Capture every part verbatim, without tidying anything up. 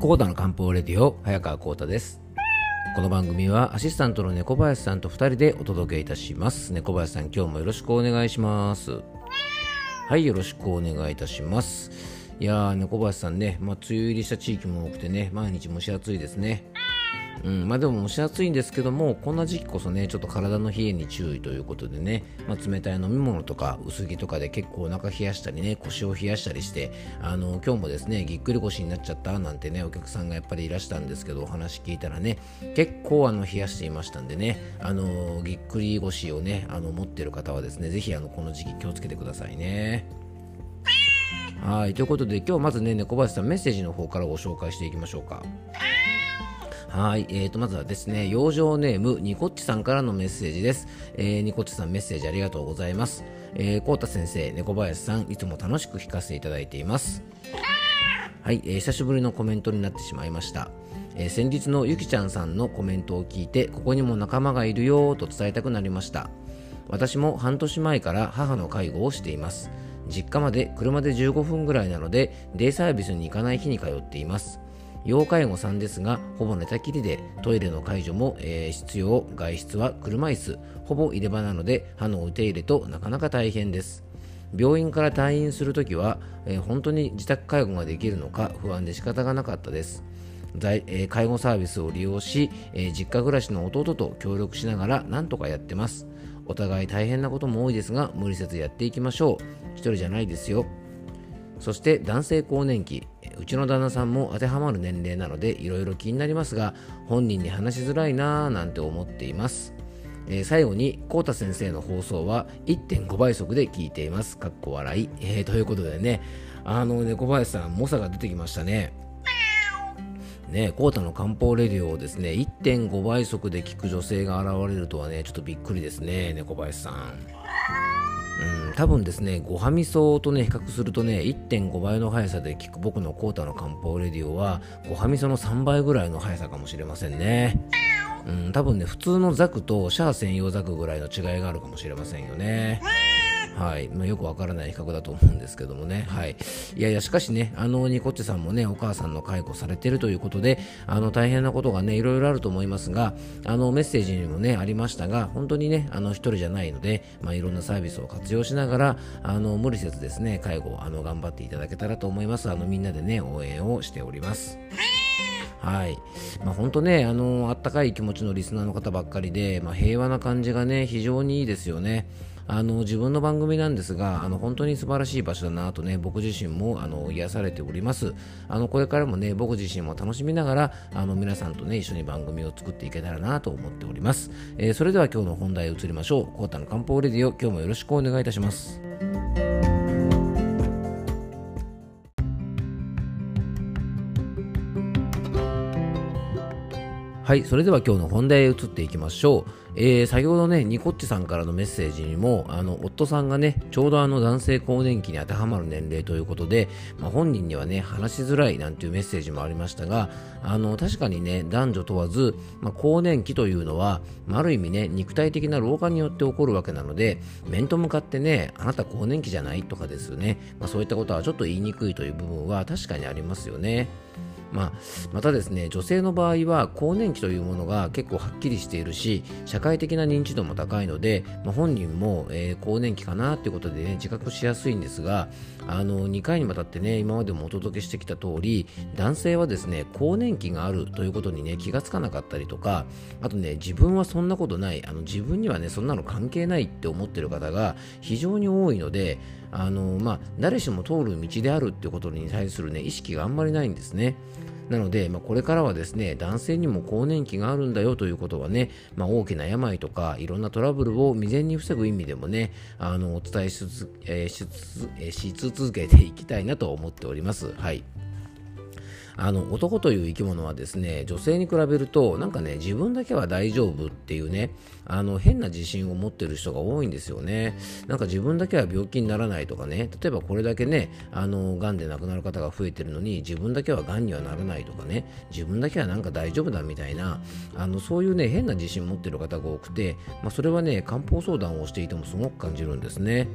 コータの漢方レディオ、早川コータです。この番組はアシスタントの猫林さんとふたりでお届けいたします。猫林さん、今日もよろしくお願いします。はい、よろしくお願いいたします。いやー、猫林さんね、まあ、梅雨入りした地域も多くてね、毎日蒸し暑いですね。うん、まあでも蒸し暑いんですけども、こんな時期こそね、ちょっと体の冷えに注意ということでね、まあ、冷たい飲み物とか薄着とかで結構お腹冷やしたりね、腰を冷やしたりして、あの今日もですね、ぎっくり腰になっちゃったなんてね、お客さんがやっぱりいらしたんですけど、お話聞いたらね、結構あの冷やしていましたんでね、あのぎっくり腰をね、あの持っている方はですね、ぜひあのこの時期気をつけてくださいね。はい、ということで今日まずね、猫林さんメッセージの方からご紹介していきましょうか。はい、えーとまずはですね、養生ネームニコッチさんからのメッセージです。えー、ニコッチさん、メッセージありがとうございます。えー、コータ先生、猫林さん、いつも楽しく聞かせていただいています。はい、えー、久しぶりのコメントになってしまいました。えー、先日のゆきちゃんさんのコメントを聞いて、ここにも仲間がいるよと伝えたくなりました。私も半年前から母の介護をしています。実家まで車でじゅうごふんぐらいなので、デイサービスに行かない日に通っています。要介護さんですが、ほぼ寝たきりでトイレの介助も、えー、必要、外出は車椅子、ほぼ入れ歯なので歯のお手入れとなかなか大変です。病院から退院するときは、えー、本当に自宅介護ができるのか不安で仕方がなかったです。在えー、介護サービスを利用し、えー、実家暮らしの弟と協力しながら何とかやってます。お互い大変なことも多いですが、無理せずやっていきましょう。一人じゃないですよ。そして男性更年期、うちの旦那さんも当てはまる年齢なのでいろいろ気になりますが、本人に話しづらいなぁなんて思っています。えー、最後にコータ先生の放送は いってんご 倍速で聞いています。かっこ笑い、えー、ということでね、あの猫林さん、猛者が出てきましたね。ね、コータの漢方レディオをですね いってんご 倍速で聞く女性が現れるとはね、ちょっとびっくりですね、猫林さん。うん、多分ですね、ごはみそとね比較するとね いってんご 倍の速さで聞く僕のコータの漢方レディオはごはみそのさんばいぐらいの速さかもしれませんね。うん、多分ね、普通のザクとシャア専用ザクぐらいの違いがあるかもしれませんよね。はい、まあ、よくわからない比較だと思うんですけどもね。はい。いやいや、しかしね、あのニコッチさんもね、お母さんの介護されているということで、あの大変なことがね、いろいろあると思いますが、あのメッセージにもねありましたが、本当にね、あの一人じゃないので、まあ、いろんなサービスを活用しながら、あの無理せずですね、介護をあの頑張っていただけたらと思います。あのみんなでね、応援をしております。はい、まあ、本当ね、あのあったかい気持ちのリスナーの方ばっかりで、まあ、平和な感じがね、非常にいいですよね。あの自分の番組なんですが、あの本当に素晴らしい場所だなとね、僕自身もあの癒されております。あのこれからもね、僕自身も楽しみながら、あの皆さんとね、一緒に番組を作っていけたらなと思っております。えー、それでは今日の本題へ移りましょう。コータの漢方レディオ、今日もよろしくお願いいたします。はい、それでは今日の本題へ移っていきましょう。えー、先ほどね、ニコッチさんからのメッセージにも、あの夫さんがね、ちょうどあの男性更年期に当てはまる年齢ということで、まあ、本人にはね、話しづらいなんていうメッセージもありましたが、あの確かにね、男女問わず、まあ、更年期というのは、まあ、ある意味ね、肉体的な老化によって起こるわけなので、面と向かってね、あなた更年期じゃないとかですね、まあ、そういったことはちょっと言いにくいという部分は確かにありますよね。まあ、またですね、女性の場合は更年期というものが結構はっきりしているし、社会的な認知度も高いので、まあ、本人も、えー、更年期かなということで、ね、自覚しやすいんですが、あのにかいにわたってね、今までもお届けしてきた通り、男性はですね、更年期があるということにね、気がつかなかったりとか、あとね、自分はそんなことない、あの自分にはね、そんなの関係ないって思ってる方が非常に多いので、あのまあ、誰しも通る道であるっていうことに対するね、意識があんまりないんですね。なので、まあ、これからはですね、男性にも更年期があるんだよということはね、まあ、大きな病とかいろんなトラブルを未然に防ぐ意味でもね、あのお伝えしつつ、えー、しつ、えー、し続けていきたいなと思っております。はい。あの男という生き物はですね、女性に比べるとなんかね、自分だけは大丈夫っていうね、あの変な自信を持ってる人が多いんですよね。なんか自分だけは病気にならないとかね、例えばこれだけね、あの癌で亡くなる方が増えてるのに自分だけは癌にはならないとかね、自分だけはなんか大丈夫だみたいな、あのそういうね、変な自信を持ってる方が多くて、まあ、それはね、漢方相談をしていてもすごく感じるんですね。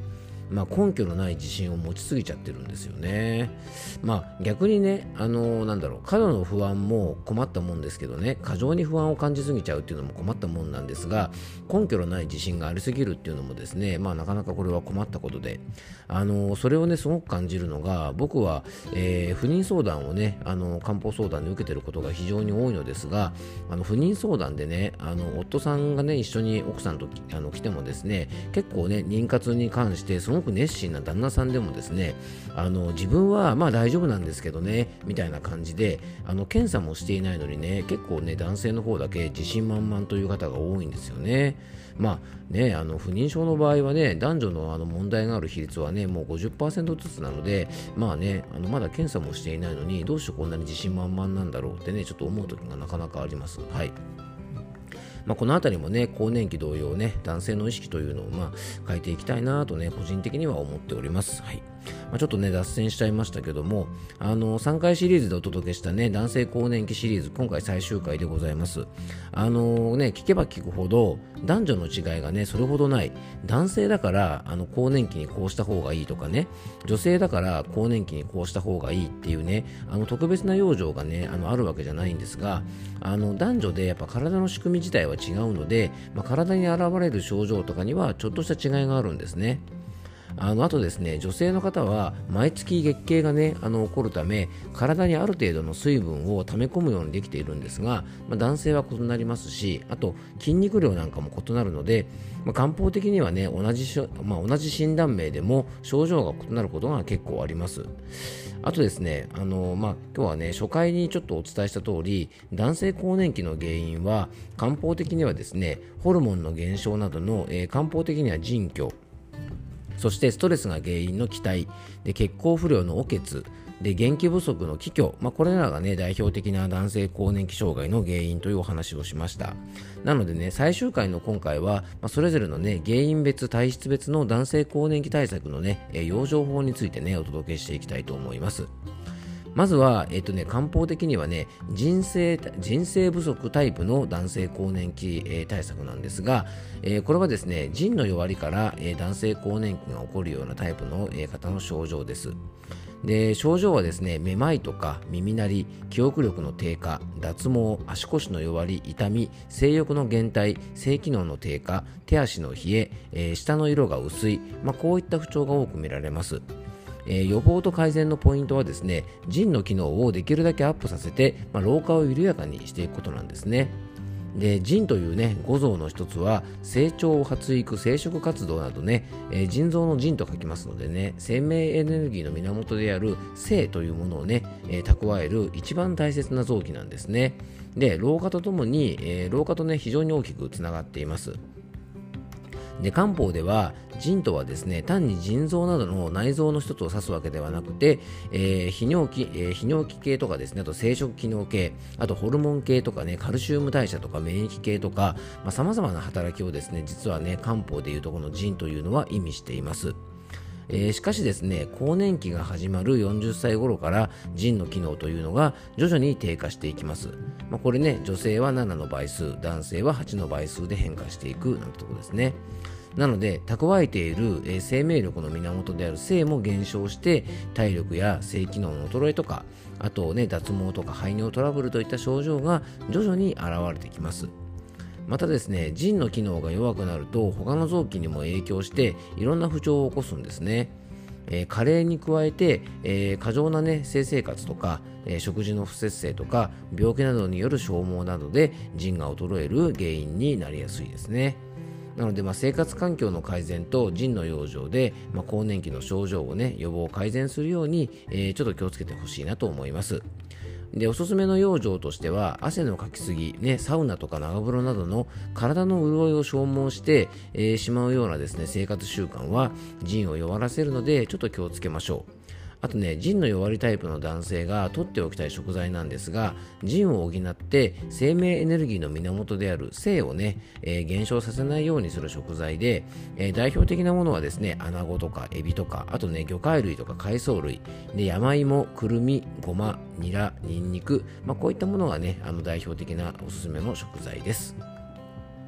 まあ、根拠のない自信を持ちすぎちゃってるんですよね。まあ、逆にね、あのー、なんだろう、過度の不安も困ったもんですけどね、過剰に不安を感じすぎちゃうっていうのも困ったもんなんですが、根拠のない自信がありすぎるっていうのもですね、まあ、なかなかこれは困ったことで、あのー、それをねすごく感じるのが、僕は、えー、不妊相談をね、あのー、漢方相談で受けてることが非常に多いのですが、あの不妊相談でね、あの夫さんがね一緒に奥さんとあの来てもですね、結構ね妊活に関してすごく熱心な旦那さんでもですね、あの自分はまあ大丈夫なんですけどねみたいな感じで、あの検査もしていないのにね、結構ね男性の方だけ自信満々という方が多いんですよね。まあね、あの不妊症の場合はね、男女のあの問題がある比率はねもう ごじゅっパーセント ずつなので、まあね、あのまだ検査もしていないのにどうしてこんなに自信満々なんだろうってね、ちょっと思う時がなかなかあります。はい。まあ、このあたりもね、更年期同様ね、男性の意識というのをまあ変えていきたいなとね、個人的には思っております。はい。まあ、ちょっとね、脱線しちゃいましたけども、あのさんかいシリーズでお届けしたね、男性更年期シリーズ、今回最終回でございます。あのね、聞けば聞くほど、男女の違いがね、それほどない。男性だから、あの更年期にこうした方がいいとかね、女性だから更年期にこうした方がいいっていうね、あの特別な養生がね、あのあるわけじゃないんですが、あの男女でやっぱ体の仕組み自体は違うので、まあ、体に現れる症状とかにはちょっとした違いがあるんですね。あのあとですね、女性の方は毎月月経がねあの起こるため、体にある程度の水分を溜め込むようにできているんですが、まあ、男性は異なりますし、あと筋肉量なんかも異なるので、まあ、漢方的にはね同じしょ、まあ、同じ診断名でも症状が異なることが結構あります。あとですね、あのまあ、今日はね初回にちょっとお伝えした通り、男性更年期の原因は漢方的にはですね、ホルモンの減少などの、えー、漢方的には腎虚、そしてストレスが原因の気滞で、血行不良のお血で、元気不足の気虚、まあ、これらがね代表的な男性更年期障害の原因というお話をしました。なのでね、最終回の今回は、まあ、それぞれのね原因別体質別の男性更年期対策のね養生法についてねお届けしていきたいと思います。まずは、えっとね、漢方的にはね、腎性、腎性不足タイプの男性更年期、えー、対策なんですが、えー、これはですね、腎の弱りから、えー、男性更年期が起こるようなタイプの、えー、方の症状です。で、症状はですね、めまいとか耳鳴り、記憶力の低下、脱毛、足腰の弱り、痛み、性欲の減退、性機能の低下、手足の冷え、えー、舌の色が薄い、まあ、こういった不調が多く見られます。えー、予防と改善のポイントはですね、腎の機能をできるだけアップさせて、まあ、老化を緩やかにしていくことなんですね。で、腎というね五臓の一つは成長、発育、生殖活動などね、えー、腎臓の腎と書きますのでね、生命エネルギーの源である生というものをね、えー、蓄える一番大切な臓器なんですね。で、老化とともに、えー、老化とね非常に大きくつながっています。で、漢方では腎とはですね、単に腎臓などの内臓の一つを指すわけではなくて、えー、泌尿器、えー、泌尿器系とかですね、あと生殖機能系、あとホルモン系とかね、カルシウム代謝とか免疫系とか、まあ、様々な働きをですね、実はね、漢方でいうとこの腎というのは意味しています。えー、しかしですね、更年期が始まるよんじゅっさい頃から腎の機能というのが徐々に低下していきます。まあ、これね、女性はななの倍数、男性ははちの倍数で変化していくなんてところですね。なので蓄えている、えー、生命力の源である性も減少して、体力や性機能の衰えとか、あとね脱毛とか排尿トラブルといった症状が徐々に現れてきます。またですね、腎の機能が弱くなると他の臓器にも影響していろんな不調を起こすんですね。えー、加齢に加えて、えー、過剰な、ね、性生活とか、えー、食事の不節制とか病気などによる消耗などで腎が衰える原因になりやすいですね。なので、まあ、生活環境の改善と腎の養生で、まあ、更年期の症状をね予防改善するように、えー、ちょっと気をつけてほしいなと思います。で、おすすめの養生としては、汗のかきすぎ、ね、サウナとか長風呂などの体の潤いを消耗して、えー、しまうようなですね生活習慣は腎を弱らせるので、ちょっと気をつけましょう。あとね、腎の弱りタイプの男性が取っておきたい食材なんですが、腎を補って生命エネルギーの源である性をね、えー、減少させないようにする食材で、えー、代表的なものはですね、アナゴとかエビとか、あとね魚介類とか海藻類で、山芋、くるみ、ごま、ニラ、ニンニク、まあ、こういったものがねあの代表的なおすすめの食材です。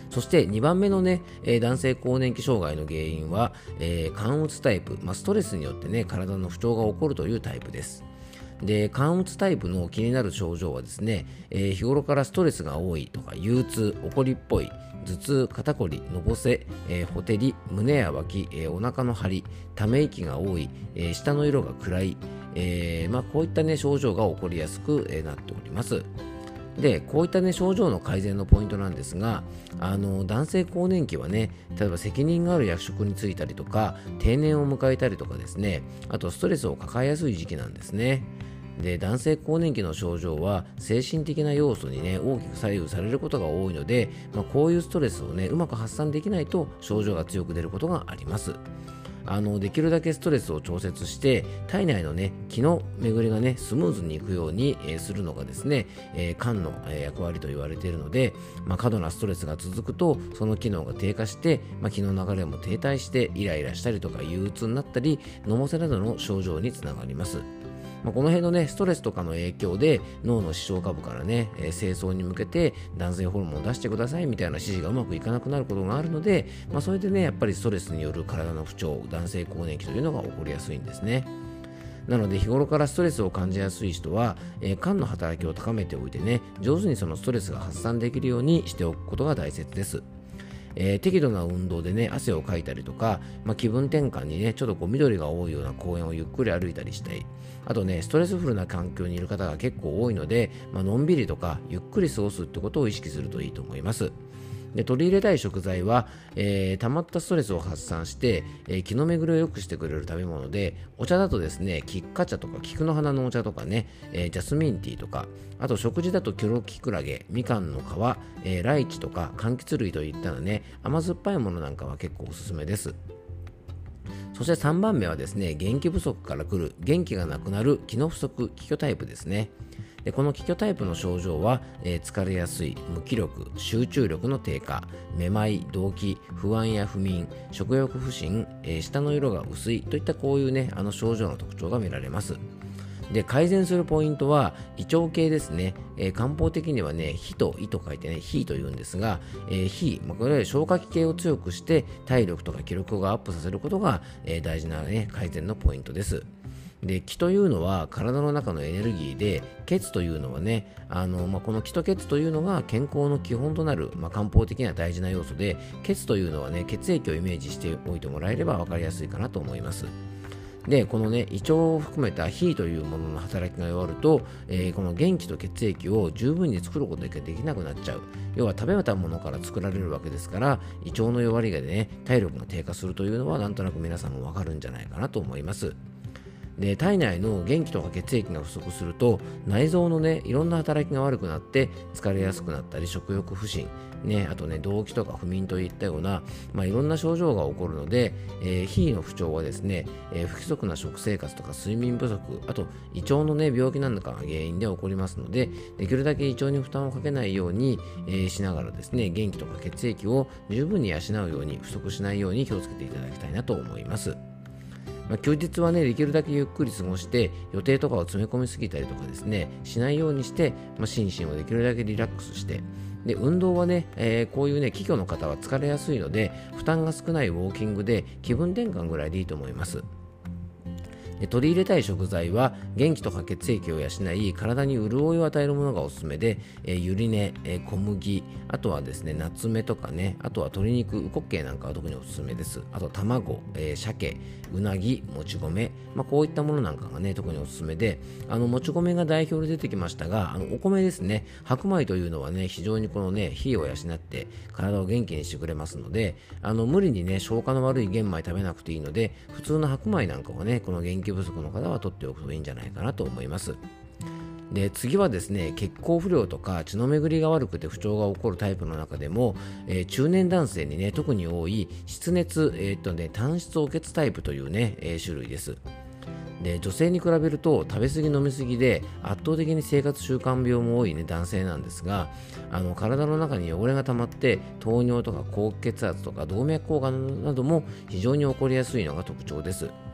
そしてにばんめのね、えー、男性更年期障害の原因は、えー、肝うつタイプ、まあ、ストレスによってね体の不調が起こるというタイプです。で肝うつタイプの気になる症状はですね、えー、日頃からストレスが多いとか憂鬱、怒りっぽい、頭痛、肩こり、のぼせ、えー、ほてり、胸や脇、えー、お腹の張り、ため息が多い、えー、舌の色が暗い、えーまあ、こういった、ね、症状が起こりやすく、えー、なっております。でこういった、ね、症状の改善のポイントなんですが、あの男性更年期はね、例えば責任がある役職に就いたりとか定年を迎えたりとかですね、あとストレスを抱えやすい時期なんですね。で男性更年期の症状は精神的な要素に、ね、大きく左右されることが多いので、まあ、こういうストレスを、ね、うまく発散できないと症状が強く出ることがあります。あのできるだけストレスを調節して体内の、ね、気の巡りが、ね、スムーズにいくように、えー、するのがですね、えー、肝の、えー、役割と言われているので、まあ、過度なストレスが続くとその機能が低下して、まあ、気の流れも停滞してイライラしたりとか憂鬱になったりのぼせなどの症状につながります。まあ、この辺の、ね、ストレスとかの影響で脳の視床下部から、ね、えー、精巣に向けて男性ホルモンを出してくださいみたいな指示がうまくいかなくなることがあるので、まあ、それでねやっぱりストレスによる体の不調、男性更年期というのが起こりやすいんですね。なので日頃からストレスを感じやすい人は、えー、肝の働きを高めておいてね、上手にそのストレスが発散できるようにしておくことが大切です。えー、適度な運動でね汗をかいたりとか、まあ、気分転換にねちょっとこう緑が多いような公園をゆっくり歩いたりしたい。あとねストレスフルな環境にいる方が結構多いので、まあのんびりとかゆっくり過ごすってことを意識するといいと思います。で取り入れたい食材は、えー、溜まったストレスを発散して、えー、気の巡りを良くしてくれる食べ物で、お茶だとですね菊花茶とか菊の花のお茶とかね、えー、ジャスミンティーとか、あと食事だとキョロキクラゲ、みかんの皮、えー、ライチとか柑橘類といったのね甘酸っぱいものなんかは結構おすすめです。そしてさんばんめはですね、元気不足から来る元気がなくなる気の不足、気虚タイプですね。でこの気虚タイプの症状は、えー、疲れやすい、無気力、集中力の低下、めまい、動悸、不安や不眠、食欲不振、えー、舌の色が薄いといったこういうねあの症状の特徴が見られます。で改善するポイントは胃腸系ですね。えー、漢方的にはね脾と胃と書いてね脾と言うんですが、えー、脾、まあ、これは消化器系を強くして体力とか気力をアップさせることが、えー、大事な、ね、改善のポイントです。で気というのは体の中のエネルギーで、血というのはねあの、まあ、この気と血というのが健康の基本となる、まあ、漢方的には大事な要素で、血というのはね血液をイメージしておいてもらえれば分かりやすいかなと思います。でこのね胃腸を含めた脾というものの働きが弱ると、えー、この元気と血液を十分に作ることができなくなっちゃう。要は食べたものから作られるわけですから、胃腸の弱りがね体力が低下するというのはなんとなく皆さんもわかるんじゃないかなと思います。で体内の元気とか血液が不足すると内臓のねいろんな働きが悪くなって疲れやすくなったり、食欲不振、ね、あとね動悸とか不眠といったような、まあ、いろんな症状が起こるので、えー、脾の不調はですね、えー、不規則な食生活とか睡眠不足、あと胃腸のね病気なんかが原因で起こりますので、できるだけ胃腸に負担をかけないように、えー、しながらですね元気とか血液を十分に養うように、不足しないように気をつけていただきたいなと思います。まあ、休日はねできるだけゆっくり過ごして予定とかを詰め込みすぎたりとかですねしないようにして、まあ、心身をできるだけリラックスして、で運動はね、えー、こういうね気虚の方は疲れやすいので負担が少ないウォーキングで気分転換ぐらいでいいと思います。で取り入れたい食材は元気とか血液を養い体に潤いを与えるものがおすすめで、えー、ゆり根、えー、小麦、あとはですねナツメとかね、あとは鶏肉、ウコッケイなんかは特におすすめです。あと卵、えー、鮭、うなぎ、もち米、まあ、こういったものなんかがね特におすすめで、あのもち米が代表で出てきましたが、あのお米ですね、白米というのはね非常にこのね火を養って体を元気にしてくれますので、あの無理にね消化の悪い玄米食べなくていいので、普通の白米なんかはねこの元気不足の方は取っておくといいんじゃないかなと思います。で次はですね、血行不良とか血の巡りが悪くて不調が起こるタイプの中でも、えー、中年男性にね特に多い湿熱、えーっとね、単質黄血タイプというね、えー、種類です。で女性に比べると食べ過ぎ飲み過ぎで圧倒的に生活習慣病も多い、ね、男性なんですが、あの体の中に汚れが溜まって糖尿とか高血圧とか動脈硬化なども非常に起こりやすいのが特徴です。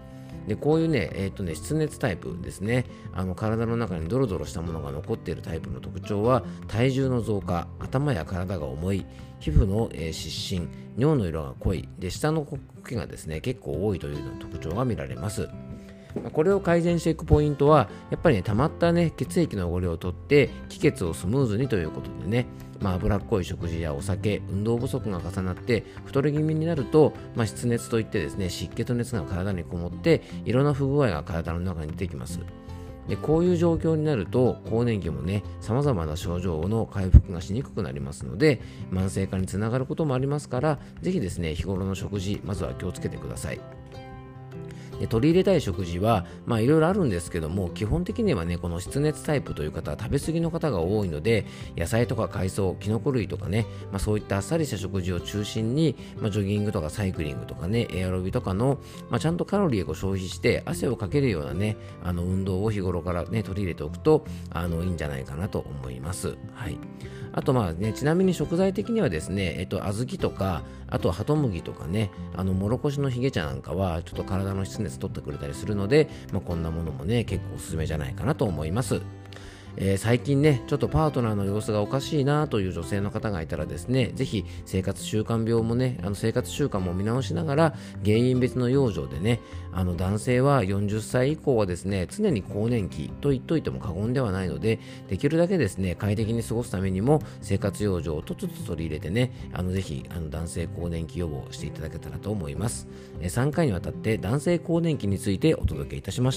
でこういうね、えーとね湿熱タイプですね、あの体の中にドロドロしたものが残っているタイプの特徴は、体重の増加、頭や体が重い、皮膚の、えー、湿疹、尿の色が濃い、で下の苔がですね結構多いというような特徴が見られます。これを改善していくポイントは、やっぱりね溜まったね血液の汚れを取って気血をスムーズにということでね、まあ、脂っこい食事やお酒、運動不足が重なって太り気味になると、まあ、湿熱といってですね、湿気と熱が体にこもっていろんな不具合が体の中に出てきます。でこういう状況になると更年期もね様々な症状の回復がしにくくなりますので、慢性化につながることもありますから、ぜひですね日頃の食事まずは気をつけてください。で取り入れたい食事は、まあいろいろあるんですけども、基本的にはね、この湿熱タイプという方は食べ過ぎの方が多いので、野菜とか海藻、キノコ類とかね、まあそういったあっさりした食事を中心に、まあジョギングとかサイクリングとかね、エアロビとかの、まあちゃんとカロリーを消費して汗をかけるようなね、あの運動を日頃からね、取り入れておくと、あの、いいんじゃないかなと思います。はい。あとまあね、ちなみに食材的にはですね、えっと、小豆とか、あとハトムギとかね、あの、もろこしのヒゲ茶なんかは、ちょっと体の湿熱取ってくれたりするので、まあ、こんなものもね、結構おすすめじゃないかなと思います。えー、最近ねちょっとパートナーの様子がおかしいなという女性の方がいたらですね、ぜひ生活習慣病もね、あの生活習慣も見直しながら、原因別の養生でね、あの男性はよんじゅっさい以降はですね常に更年期と言っといても過言ではないので、できるだけですね快適に過ごすためにも生活養生をとつとつ取り入れてね、あのぜひあの男性更年期予防していただけたらと思います。えー、さんかいにわたって男性更年期についてお届けいたしました。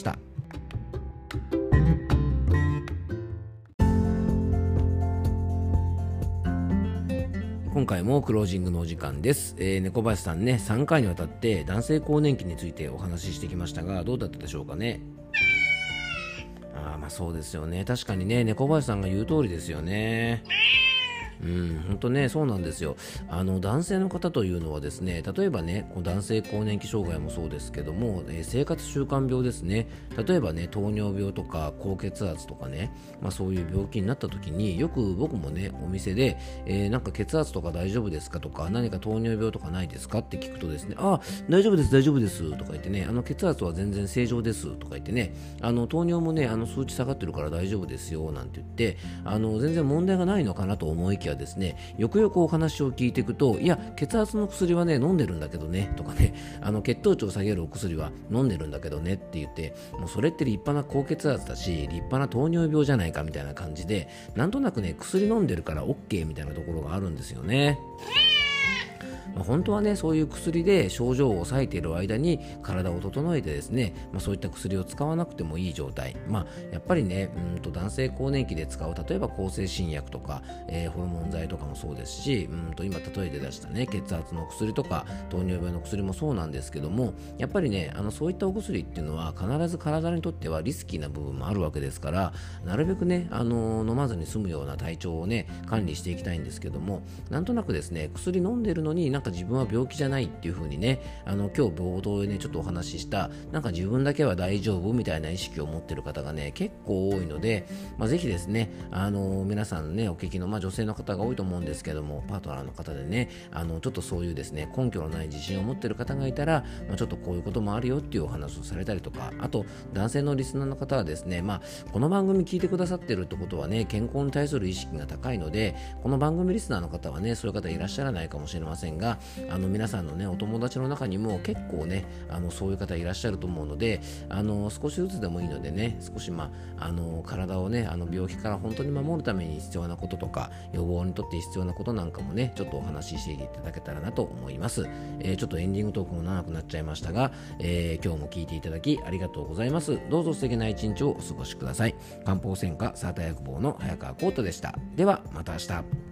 今回もクロージングのお時間です。えー、猫林さんね、さんかいにわたって男性更年期についてお話ししてきましたが、どうだったでしょうかね。あーまあそうですよね。確かにね、猫林さんが言う通りですよね。うん、本当ね、そうなんですよ。あの男性の方というのはですね、例えばね、こう男性更年期障害もそうですけども、えー、生活習慣病ですね。例えばね、糖尿病とか高血圧とかね、まあそういう病気になった時に、よく僕もね、お店で、えー、なんか血圧とか大丈夫ですかとか、何か糖尿病とかないですかって聞くとですね、あ、大丈夫です、大丈夫ですとか言ってね、あの血圧は全然正常ですとか言ってね、あの糖尿もね、あの数値下がってるから大丈夫ですよなんて言って、あの全然問題がないのかなと思いきやですね、よくよくお話を聞いていくと、いや血圧の薬はね飲んでるんだけどねとかね、あの血糖値を下げるお薬は飲んでるんだけどねって言って、もうそれって立派な高血圧だし立派な糖尿病じゃないかみたいな感じで、なんとなくね薬飲んでるから OK みたいなところがあるんですよね。まあ、本当はねそういう薬で症状を抑えている間に体を整えてですね、まあ、そういった薬を使わなくてもいい状態、まあ、やっぱりねうんと男性更年期で使う例えば抗生新薬とか、えー、ホルモン剤とかもそうですし、うんと今例えて出したね血圧の薬とか糖尿病の薬もそうなんですけども、やっぱりねあのそういったお薬っていうのは必ず体にとってはリスキーな部分もあるわけですから、なるべくねあの飲まずに済むような体調をね管理していきたいんですけども、なんとなくですね薬飲んでるのになんか自分は病気じゃないっていう風にね、あの今日冒頭でねちょっとお話ししたなんか自分だけは大丈夫みたいな意識を持ってる方がね結構多いので、まあ、ぜひですねあの皆さんねお聞きの、まあ、女性の方が多いと思うんですけども、パートナーの方でねあのちょっとそういうですね根拠のない自信を持ってる方がいたら、まあ、ちょっとこういうこともあるよっていうお話をされたりとか、あと男性のリスナーの方はですね、まあ、この番組聞いてくださってるってことはね健康に対する意識が高いので、この番組リスナーの方はねそういう方いらっしゃらないかもしれませんが、あの皆さんのねお友達の中にも結構ねあのそういう方いらっしゃると思うので、あの少しずつでもいいのでね、少しまああの体をねあの病気から本当に守るために必要なこととか予防にとって必要なことなんかもねちょっとお話ししていただけたらなと思います。えー、ちょっとエンディングトークも長くなっちゃいましたが、えー、今日も聞いていただきありがとうございます。どうぞ素敵な一日をお過ごしください。漢方専科サーター薬房の早川浩太でした。ではまた明日。